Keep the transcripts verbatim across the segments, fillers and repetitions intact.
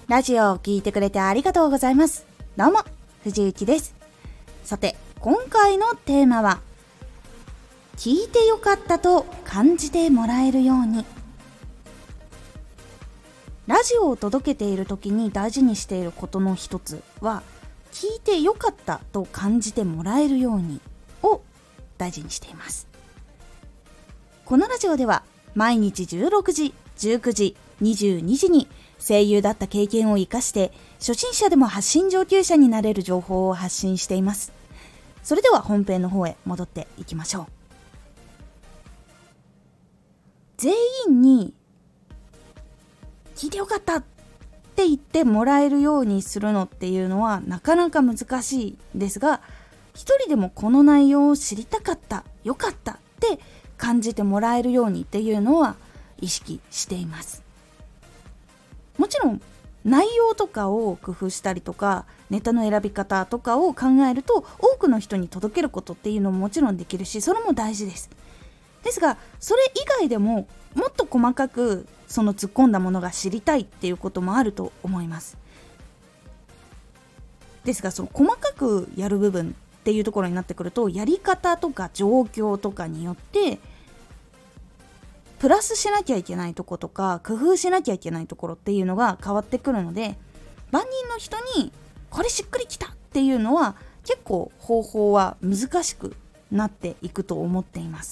ラジオを聞いてくれてありがとうございます。どうも藤幸です。さて今回のテーマは、聞いてよかったと感じてもらえるように。ラジオを届けている時に大事にしていることの一つは、聞いてよかったと感じてもらえるようにを大事にしています。このラジオでは毎日じゅうろくじ、じゅうくじ、にじゅうにじに声優だった経験を生かして初心者でも発信上級者になれる情報を発信しています。それでは本編の方へ戻っていきましょう。全員に聞いてよかったって言ってもらえるようにするのっていうのはなかなか難しいですが、一人でもこの内容を知りたかった、よかったって感じてもらえるようにっていうのは意識しています。もちろん内容とかを工夫したりとか、ネタの選び方とかを考えると多くの人に届けることっていうのももちろんできるし、それも大事です。ですがそれ以外でももっと細かくその突っ込んだものが知りたいっていうこともあると思います。ですがその細かくやる部分っていうところになってくると、やり方とか状況とかによってプラスしなきゃいけないところとか工夫しなきゃいけないところっていうのが変わってくるので、万人の人にこれしっくりきたっていうのは結構方法は難しくなっていくと思っています。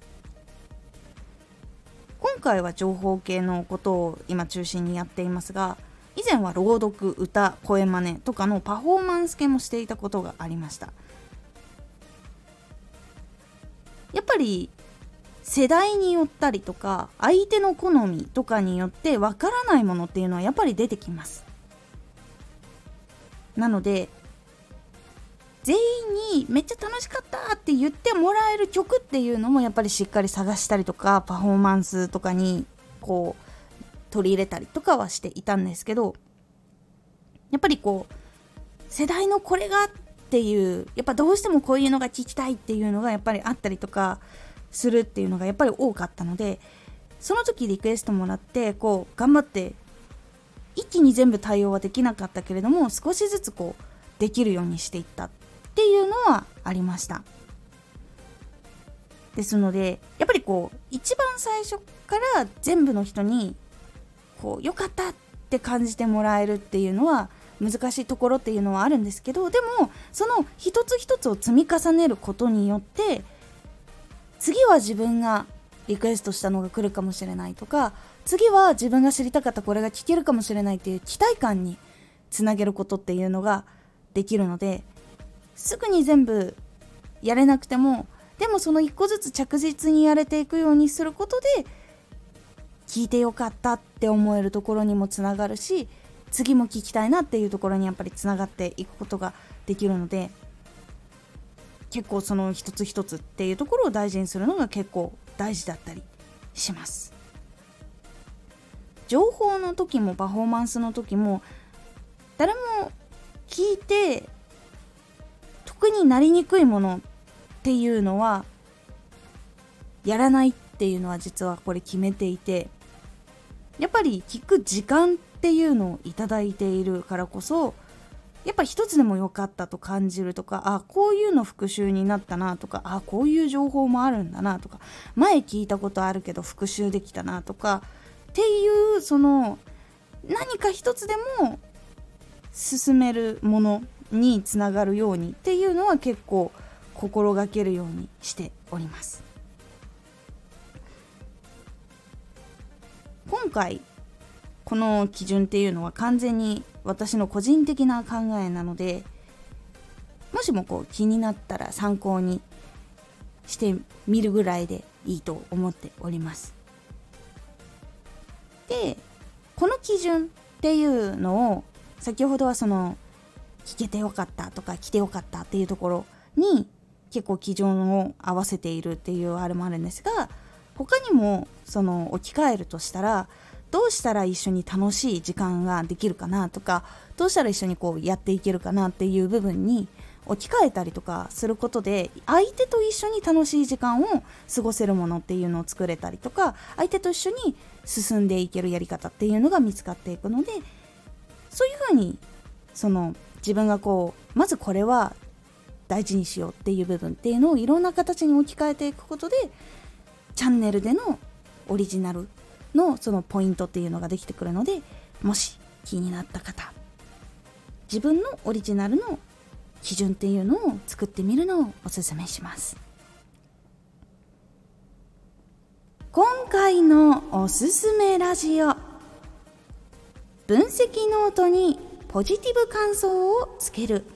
今回は情報系のことを今中心にやっていますが、以前は朗読、歌、声真似とかのパフォーマンス系もしていたことがありました。やっぱり世代によったりとか相手の好みとかによってわからないものっていうのはやっぱり出てきます。なので全員にめっちゃ楽しかったって言ってもらえる曲っていうのもやっぱりしっかり探したりとか、パフォーマンスとかにこう取り入れたりとかはしていたんですけど、やっぱりこう世代のこれがっていう、やっぱどうしてもこういうのが聞きたいっていうのがやっぱりあったりとかするっていうのがやっぱり多かったので、その時リクエストもらってこう頑張って一気に全部対応はできなかったけれども、少しずつこうできるようにしていったっていうのはありました。ですのでやっぱりこう一番最初から全部の人にこう良かったって感じてもらえるっていうのは難しいところっていうのはあるんですけど、でもその一つ一つを積み重ねることによって次は自分がリクエストしたのが来るかもしれないとか、次は自分が知りたかったこれが聞けるかもしれないっていう期待感につなげることっていうのができるので、すぐに全部やれなくてもでもその一個ずつ着実にやれていくようにすることで聞いてよかったって思えるところにもつながるし、次も聞きたいなっていうところにやっぱりつながっていくことができるので、結構その一つ一つっていうところを大事にするのが結構大事だったりします。情報の時もパフォーマンスの時も誰も聞いて得になりにくいものっていうのはやらないっていうのは実はこれ決めていて、やっぱり聞く時間っていうのをいただいているからこそ、やっぱ一つでも良かったと感じるとか、あこういうの復習になったなとか、あこういう情報もあるんだなとか、前聞いたことあるけど復習できたなとかっていう、その何か一つでも進めるものにつながるようにっていうのは結構心がけるようにしております。今回この基準っていうのは完全に私の個人的な考えなので、もしもこう気になったら参考にしてみるぐらいでいいと思っております。で、この基準っていうのを先ほどはその聞けてよかったとか来てよかったっていうところに結構基準を合わせているっていうあれもあるんですが、他にもその置き換えるとしたら、どうしたら一緒に楽しい時間ができるかなとか、どうしたら一緒にこうやっていけるかなっていう部分に置き換えたりとかすることで、相手と一緒に楽しい時間を過ごせるものっていうのを作れたりとか、相手と一緒に進んでいけるやり方っていうのが見つかっていくので、 そういうふうにその自分がこうまずこれは大事にしようっていう部分っていうのをいろんな形に置き換えていくことで、チャンネルでのオリジナルのそのポイントっていうのができてくるので、もし気になった方、自分のオリジナルの基準っていうのを作ってみるのをおすすめします。今回のおすすめラジオ、分析ノートにポジティブ感想をつける。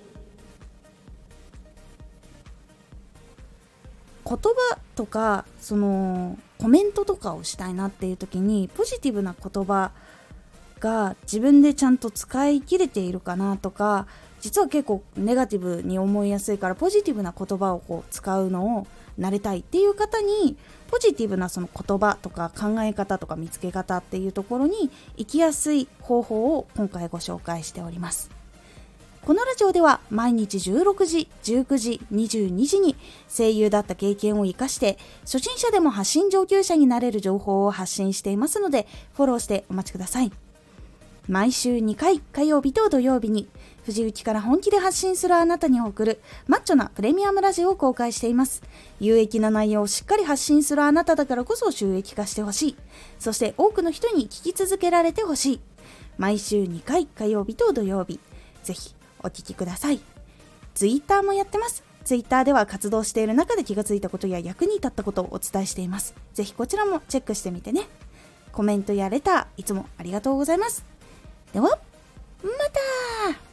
言葉とかそのコメントとかをしたいなっていう時に、ポジティブな言葉が自分でちゃんと使い切れているかなとか、実は結構ネガティブに思いやすいからポジティブな言葉をこう使うのを慣れたいっていう方に、ポジティブなその言葉とか考え方とか見つけ方っていうところに行きやすい方法を今回ご紹介しております。このラジオでは毎日じゅうろくじ、じゅうくじ、にじゅうにじに声優だった経験を生かして初心者でも発信上級者になれる情報を発信していますので、フォローしてお待ちください。毎週にかい、火曜日と土曜日に藤内から本気で発信するあなたに送るマッチョなプレミアムラジオを公開しています。有益な内容をしっかり発信するあなただからこそ収益化してほしい。そして多くの人に聞き続けられてほしい。毎週にかい、火曜日と土曜日、ぜひお聞きください。ツイッターもやってます。ツイッターでは活動している中で気がついたことや役に立ったことをお伝えしています。ぜひこちらもチェックしてみてね。コメントやレターいつもありがとうございます。ではまた。